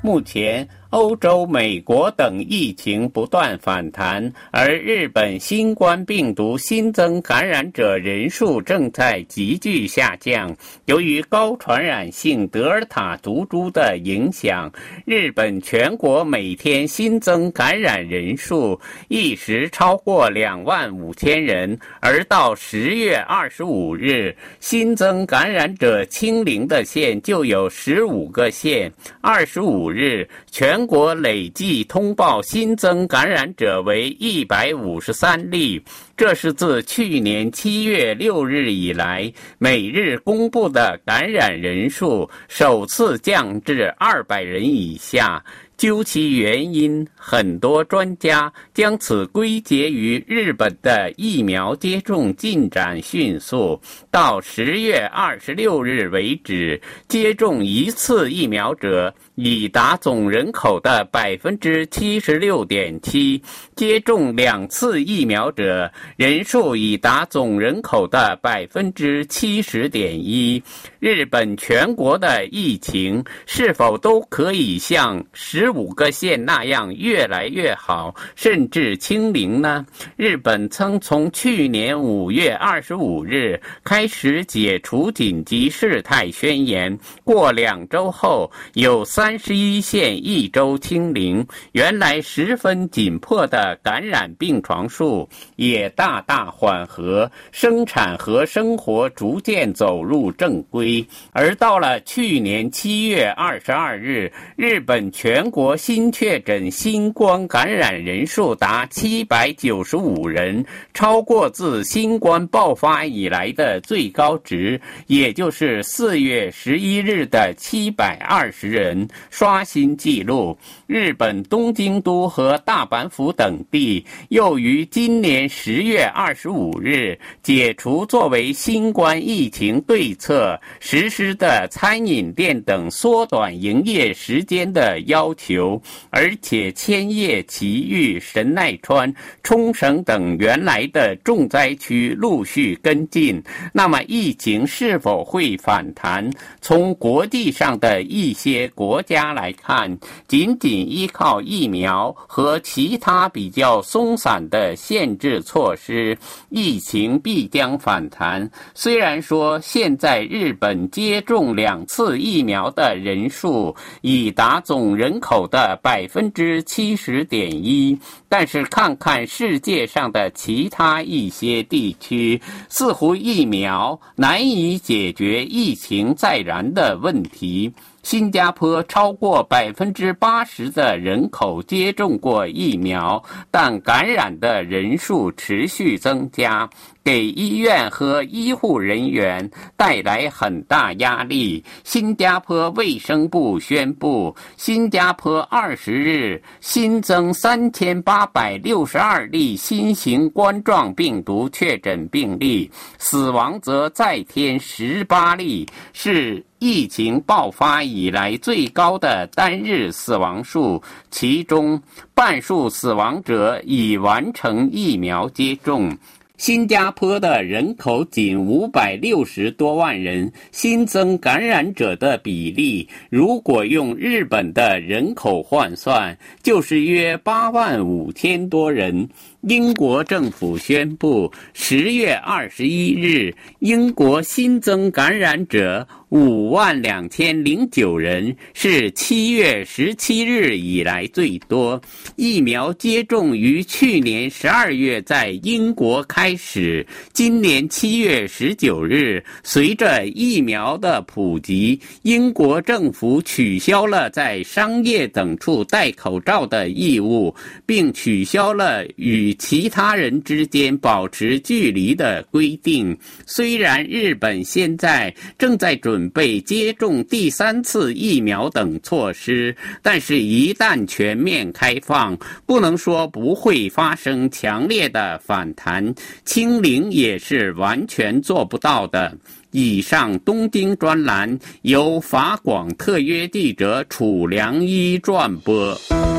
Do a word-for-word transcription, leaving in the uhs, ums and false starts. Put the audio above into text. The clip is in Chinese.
目前欧洲、美国等疫情不断反弹，而日本新冠病毒新增感染者人数正在急剧下降。由于高传染性德尔塔毒株的影响，日本全国每天新增感染人数一时超过两万五千人，而到十月二十五日，新增感染者清零的县就有十五个县。二十五日，全国累计通报新增感染者为一百五十三例，这是自去年七月六日以来每日公布的感染人数首次降至二百人以下。究其原因，很多专家将此归结于日本的疫苗接种进展迅速。到十月二十六日为止，接种一次疫苗者已达总人口的 百分之七十六点七， 接种两次疫苗者人数已达总人口的 百分之七十点一。日本全国的疫情是否都可以像十五个县那样越来越好，甚至清零呢？日本曾从去年五月二十五日开始解除紧急事态宣言，过两周后有三十一县一周清零，原来十分紧迫的感染病床数也大大缓和，生产和生活逐渐走入正规。而到了去年七月二十二日，日本全国新确诊新冠感染人数达七百九十五人，超过自新冠爆发以来的最高值，也就是四月十一日的七百二十人，刷新纪录。日本东京都和大阪府等地又于今年十月二十五日解除作为新冠疫情对策实施的餐饮店等缩短营业时间的要求，而且千叶、埼玉、神奈川、冲绳等原来的重灾区陆续跟进。那么疫情是否会反弹？从国际上的一些国家来看，仅仅依靠疫苗和其他比较松散的限制措施，疫情必将反弹。虽然说现在日本接种两次疫苗的人数已达总人口的 百分之七十点一， 但是看看世界上的其他一些地区，似乎疫苗难以解决疫情再燃的问题。新加坡超过 百分之八十 的人口接种过疫苗，但感染的人数持续增加，给医院和医护人员带来很大压力。新加坡卫生部宣布，新加坡二十日新增三千八百六十二例新型冠状病毒确诊病例，死亡则再添十八例，是疫情爆发以来最高的单日死亡数，其中半数死亡者已完成疫苗接种。新加坡的人口仅五百六十多万人，新增感染者的比例如果用日本的人口换算，就是约八万五千多人。英国政府宣布，十月二十一日，英国新增感染者五万两千零九人，是七月十七日以来最多。疫苗接种于去年十二月在英国开始，今年七月十九日，随着疫苗的普及，英国政府取消了在商业等处戴口罩的义务，并取消了与其他人之间保持距离的规定。虽然日本现在正在准备接种第三次疫苗等措施，但是一旦全面开放，不能说不会发生强烈的反弹，清零也是完全做不到的。以上东京专栏由法广特约记者楚良一转播。